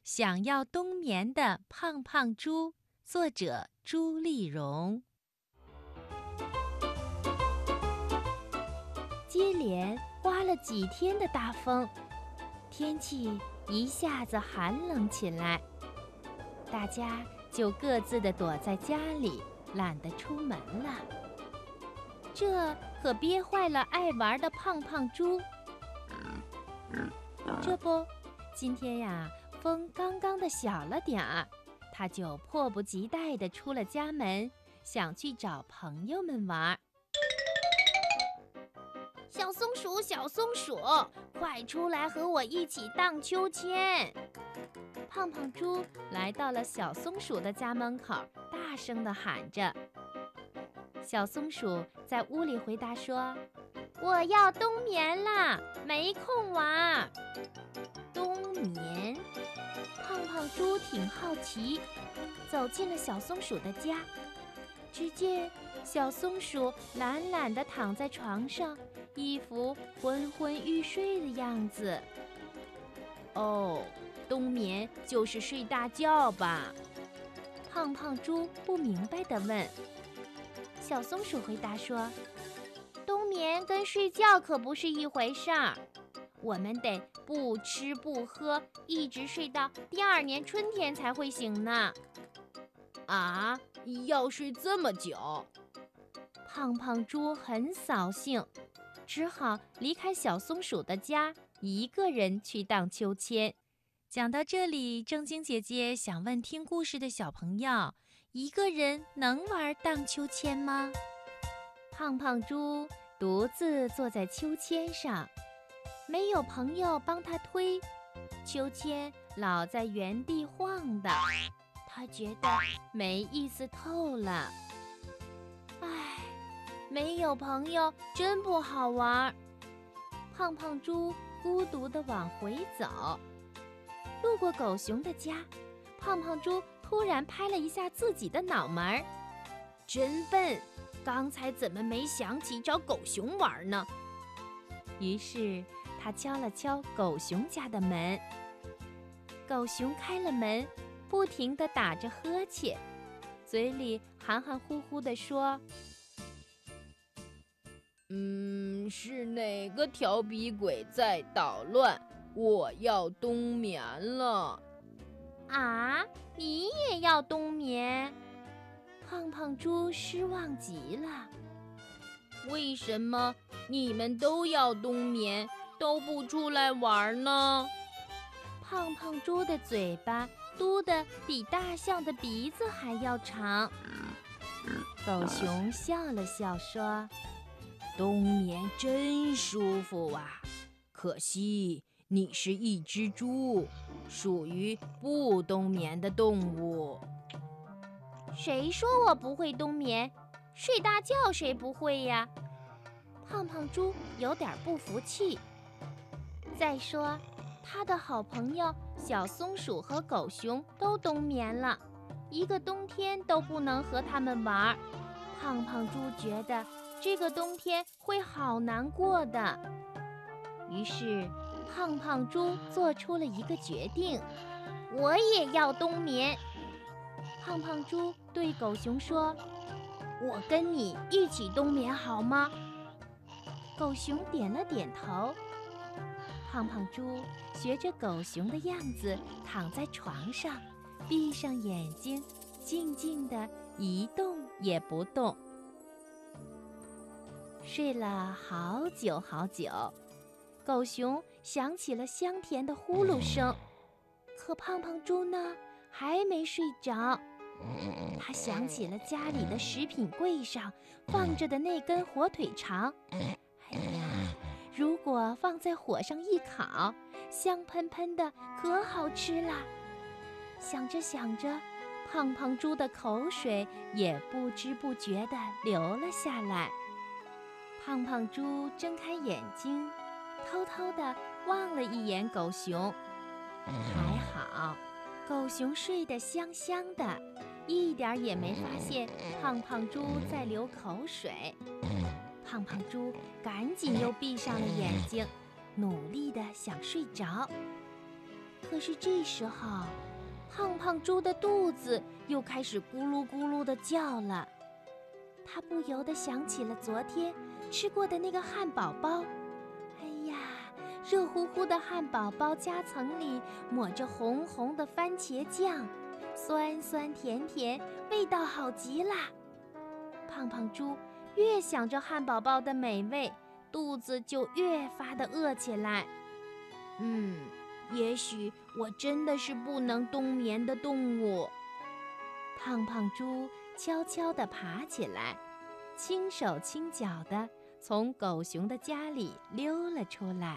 想要冬眠的胖胖猪，作者朱丽蓉。接连刮了几天的大风，天气一下子寒冷起来，大家就各自地躲在家里，懒得出门了。这可憋坏了爱玩的胖胖猪。这不，今天呀，风刚刚的小了点儿，他就迫不及待地出了家门，想去找朋友们玩。小松鼠，小松鼠，快出来和我一起荡秋千！胖胖猪来到了小松鼠的家门口，大声地喊着。小松鼠在屋里回答说：“我要冬眠啦，没空玩。”冬眠？胖胖猪挺好奇，走进了小松鼠的家。只见小松鼠懒懒地躺在床上，一副昏昏欲睡的样子。哦，冬眠就是睡大觉吧？胖胖猪不明白地问。小松鼠回答说：“冬眠跟睡觉可不是一回事儿，我们得不吃不喝，一直睡到第二年春天才会醒呢。” 啊，要睡这么久？ 胖胖猪很扫兴，只好离开小松鼠的家，一个人去荡秋千。讲到这里，正经姐姐想问听故事的小朋友，一个人能玩荡秋千吗？胖胖猪独自坐在秋千上，没有朋友帮他推，秋千老在原地晃荡，他觉得没意思透了。唉，没有朋友真不好玩。胖胖猪孤独地往回走，路过狗熊的家，胖胖猪突然拍了一下自己的脑门儿，真笨，刚才怎么没想起找狗熊玩呢？于是他敲了敲狗熊家的门，狗熊开了门，不停地打着呵欠，嘴里含含糊糊地说：“ 是哪个调皮鬼在捣乱？我要冬眠了。” 啊，你也要冬眠？胖胖猪失望极了。 为什么你们都要冬眠，都不出来玩呢？ 胖胖猪的嘴巴嘟得比大象的鼻子还要长。狗熊笑了笑说：“ 冬眠真舒服啊，可惜你是一只猪，属于不冬眠的动物。” 谁说我不会冬眠？睡大觉谁不会呀？胖胖猪有点不服气。再说，他的好朋友小松鼠和狗熊都冬眠了，一个冬天都不能和他们玩。胖胖猪觉得这个冬天会好难过的。于是，胖胖猪做出了一个决定：我也要冬眠。胖胖猪对狗熊说：“我跟你一起冬眠好吗？”狗熊点了点头。胖胖猪学着狗熊的样子躺在床上，闭上眼睛，静静地一动也不动。睡了好久好久，狗熊响起了香甜的呼噜声，可胖胖猪呢，还没睡着。他想起了家里的食品柜上放着的那根火腿肠，哎呀，如果放在火上一烤，香喷喷的，可好吃啦！想着想着，胖胖猪的口水也不知不觉地流了下来。胖胖猪睁开眼睛，偷偷地望了一眼狗熊，还好，狗熊睡得香香的，一点也没发现胖胖猪在流口水。胖胖猪赶紧又闭上了眼睛，努力地想睡着。 可是这时候，胖胖猪的肚子又开始咕噜咕噜地叫了。他不由得想起了昨天吃过的那个汉堡包。哎呀，热乎乎的汉堡包夹层里抹着红红的番茄酱，酸酸甜甜，味道好极啦！胖胖猪越想着汉堡包的美味，肚子就越发的饿起来。也许我真的是不能冬眠的动物。胖胖猪悄悄地爬起来，轻手轻脚地从狗熊的家里溜了出来。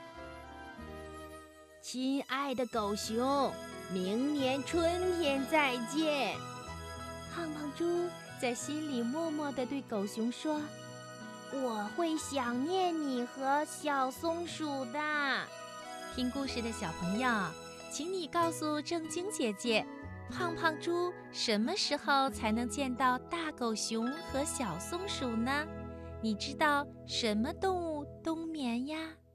亲爱的狗熊，明年春天再见。 胖胖猪在心里默默地对狗熊说：“我会想念你和小松鼠的。”听故事的小朋友，请你告诉正晶姐姐，胖胖猪什么时候才能见到大狗熊和小松鼠呢？你知道什么动物冬眠呀？